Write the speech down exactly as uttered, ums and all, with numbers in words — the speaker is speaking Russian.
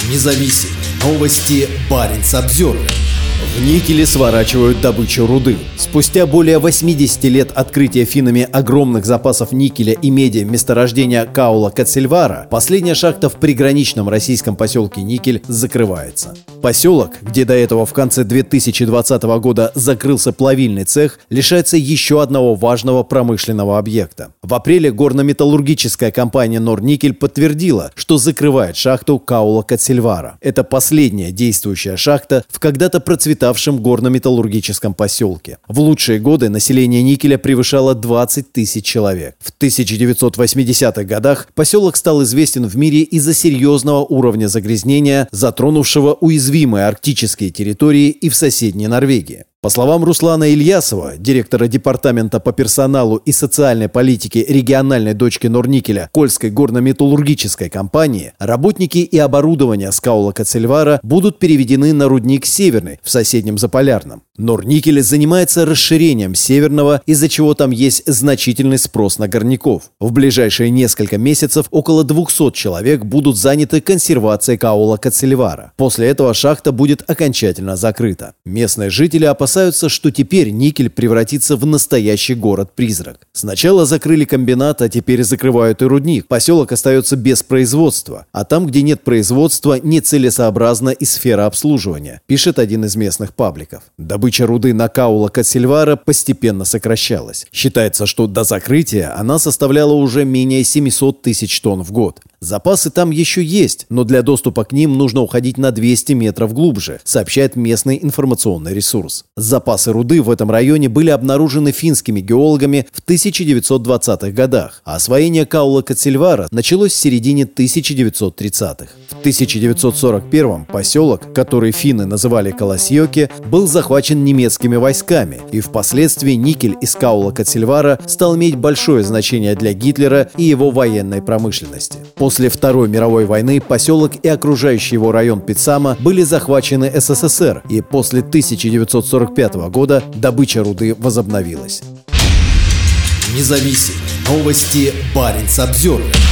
Независимые новости. Баренц-Обзервер. В никеле сворачивают добычу руды. Спустя более восьмидесяти лет открытия финнами огромных запасов никеля и меди месторождения Каула-Кацельвара, последняя шахта в приграничном российском поселке Никель закрывается. Поселок, где до этого в конце две тысячи двадцатого года закрылся плавильный цех, лишается еще одного важного промышленного объекта. В апреле горно-металлургическая компания Норникель подтвердила, что закрывает шахту Каула-Кацельвара. Это последняя действующая шахта в когда-то процветавшем горно-металлургическом поселке. В лучшие годы население Никеля превышало двадцать тысяч человек. В тысяча девятьсот восьмидесятых годах поселок стал известен в мире из-за серьезного уровня загрязнения, затронувшего уязвимые арктические территории и в соседней Норвегии. По словам Руслана Ильясова, директора департамента по персоналу и социальной политике региональной дочки Норникеля Кольской горно-металлургической компании, работники и оборудование с Каула-Кацельвара будут переведены на рудник Северный в соседнем Заполярном. Норникель занимается расширением Северного, из-за чего там есть значительный спрос на горняков. В ближайшие несколько месяцев около двухсот человек будут заняты консервацией Каула-Кацельвара. После этого шахта будет окончательно закрыта. Местные жители опасаются, что теперь никель превратится в настоящий город-призрак. Сначала закрыли комбинат, а теперь закрывают и рудник. Поселок остается без производства. А там, где нет производства, нецелесообразна и сфера обслуживания, пишет один из местных пабликов. Добыча руды на Каула-Кацельвара постепенно сокращалась. Считается, что до закрытия она составляла уже менее семисот тысяч тонн в год. Запасы там еще есть, но для доступа к ним нужно уходить на двести метров глубже, сообщает местный информационный ресурс. Запасы руды в этом районе были обнаружены финскими геологами в тысяча девятьсот двадцатых годах, а освоение Каула-Кацельвара началось в середине тысяча девятьсот тридцатых. В тысяча девятьсот сорок первом поселок, который финны называли Каласьёки, был захвачен немецкими войсками, и впоследствии никель из Каула-Кацельвара стал иметь большое значение для Гитлера и его военной промышленности. После Второй мировой войны поселок и окружающий его район Пицама были захвачены СССР, и после тысяча девятьсот сорок пятого года добыча руды возобновилась. Независимые новости. Баренц-Обзервер.